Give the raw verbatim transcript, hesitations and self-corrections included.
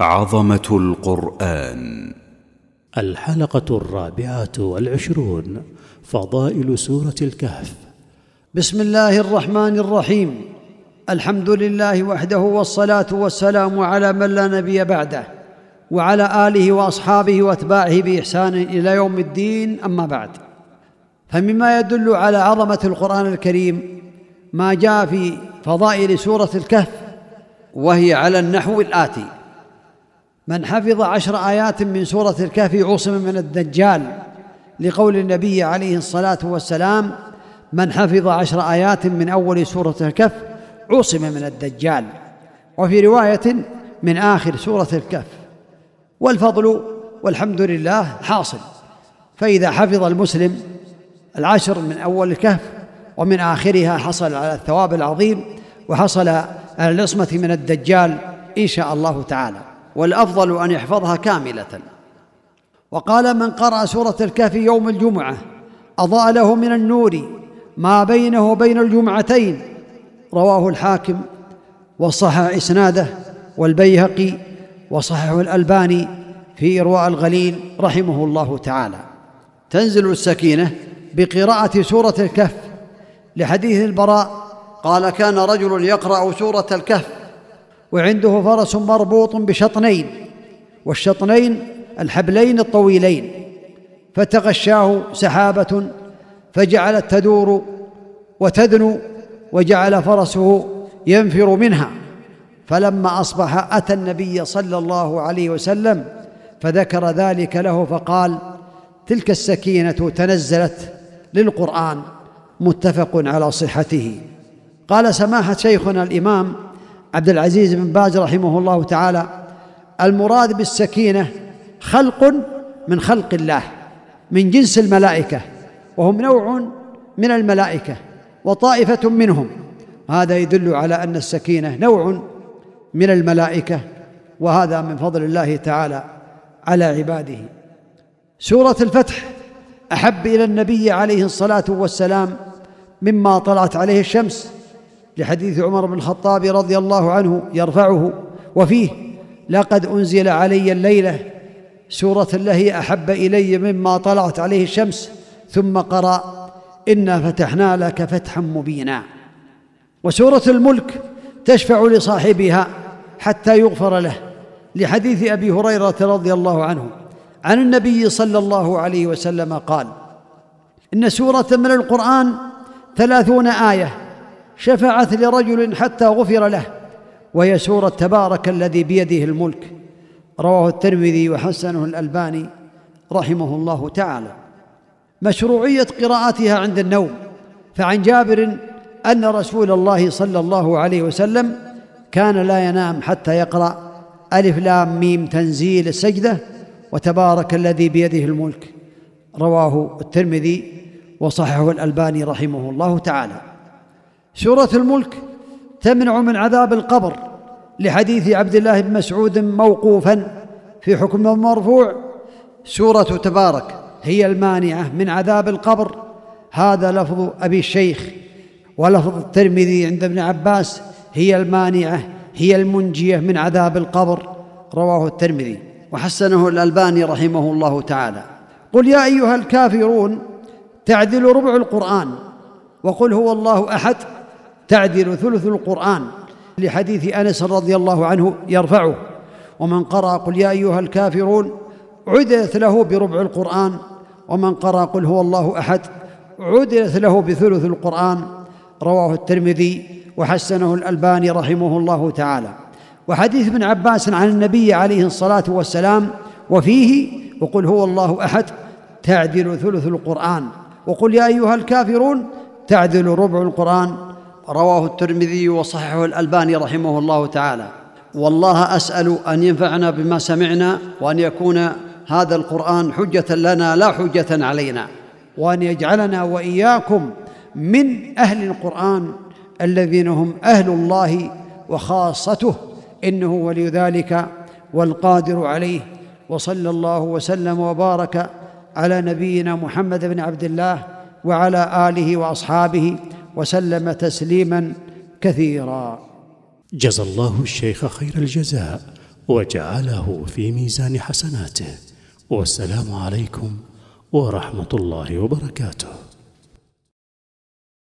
عظمة القرآن. الحلقة الرابعة والعشرون. فضائل سورة الكهف. بسم الله الرحمن الرحيم. الحمد لله وحده، والصلاة والسلام على من لا نبي بعده، وعلى آله وأصحابه وأتباعه بإحسان إلى يوم الدين. أما بعد، فمما يدل على عظمة القرآن الكريم ما جاء في فضائل سورة الكهف، وهي على النحو الآتي: من حفظ عشر آيات من سورة الكهف عصم من الدجال، لقول النبي عليه الصلاة والسلام: من حفظ عشر آيات من أول سورة الكهف عصم من الدجال. وفي رواية: من آخر سورة الكهف. والفضل والحمد لله حاصل، فإذا حفظ المسلم العشر من أول الكهف ومن آخرها حصل على الثواب العظيم، وحصل على العصمة من الدجال إن شاء الله تعالى. والأفضل أن يحفظها كاملة. وقال: من قرأ سورة الكهف يوم الجمعة أضاء له من النور ما بينه وبين الجمعتين. رواه الحاكم وصحح إسناده، والبيهقي وصححه الألباني في إرواء الغليل رحمه الله تعالى. تنزل السكينة بقراءة سورة الكهف، لحديث البراء قال: كان رجل يقرأ سورة الكهف وعنده فرس مربوط بشطنين، والشطنين الحبلين الطويلين، فتغشاه سحابة فجعلت تدور وتدنو، وجعل فرسه ينفر منها. فلما أصبح أتى النبي صلى الله عليه وسلم فذكر ذلك له، فقال: تلك السكينة تنزلت للقرآن، متفق على صحته. قال سماحة شيخنا الإمام عبد العزيز بن باز رحمه الله تعالى: المراد بالسكينة خلق من خلق الله من جنس الملائكة، وهم نوع من الملائكة وطائفة منهم. هذا يدل على أن السكينة نوع من الملائكة، وهذا من فضل الله تعالى على عباده. سورة الفتح أحب إلى النبي عليه الصلاة والسلام مما طلعت عليه الشمس، لحديث عمر بن الخطاب رضي الله عنه يرفعه وفيه: لقد أنزل علي الليلة سورة الله أحب إلي مما طلعت عليه الشمس، ثم قرأ: إنا فتحنا لك فتحا مبينا. وسورة الملك تشفع لصاحبها حتى يغفر له، لحديث أبي هريرة رضي الله عنه عن النبي صلى الله عليه وسلم قال: إن سورة من القرآن ثلاثون آية شفعت لرجل حتى غفر له، وهي سورة تبارك الذي بيده الملك. رواه الترمذي وحسنه الألباني رحمه الله تعالى. مشروعية قراءتها عند النوم، فعن جابر أن رسول الله صلى الله عليه وسلم كان لا ينام حتى يقرأ ألف لام ميم تنزيل السجدة وتبارك الذي بيده الملك. رواه الترمذي وصححه الألباني رحمه الله تعالى. سورة الملك تمنع من عذاب القبر، لحديث عبد الله بن مسعود موقوفا في حكم مرفوع: سورة تبارك هي المانعة من عذاب القبر. هذا لفظ أبي الشيخ، ولفظ الترمذي عند ابن عباس: هي المانعة هي المنجية من عذاب القبر. رواه الترمذي وحسنه الألباني رحمه الله تعالى. قل يا أيها الكافرون تعدل ربع القرآن، وقل هو الله أحد تعدل ثلث القرآن، لحديث أنس رضي الله عنه يرفعه: ومن قرأ قل يا أيها الكافرون عدلت له بربع القرآن، ومن قرأ قل هو الله أحد عدلت له بثلث القرآن. رواه الترمذي وحسنه الألباني رحمه الله تعالى. وحديث ابن عباس عن النبي عليه الصلاة والسلام وفيه: وقل هو الله أحد تعدل ثلث القرآن، وقل يا أيها الكافرون تعدل ربع القرآن. رواه الترمذي وصححه الألباني رحمه الله تعالى. والله أسأل أن ينفعنا بما سمعنا، وأن يكون هذا القرآن حجة لنا لا حجة علينا، وأن يجعلنا وإياكم من أهل القرآن الذين هم أهل الله وخاصته، إنه ولي ذلك والقادر عليه. وصلى الله وسلم وبارك على نبينا محمد بن عبد الله وعلى آله وأصحابه وسلم تسليما كثيرا. جزى الله الشيخ خير الجزاء، وجعله في ميزان حسناته. والسلام عليكم ورحمة الله وبركاته.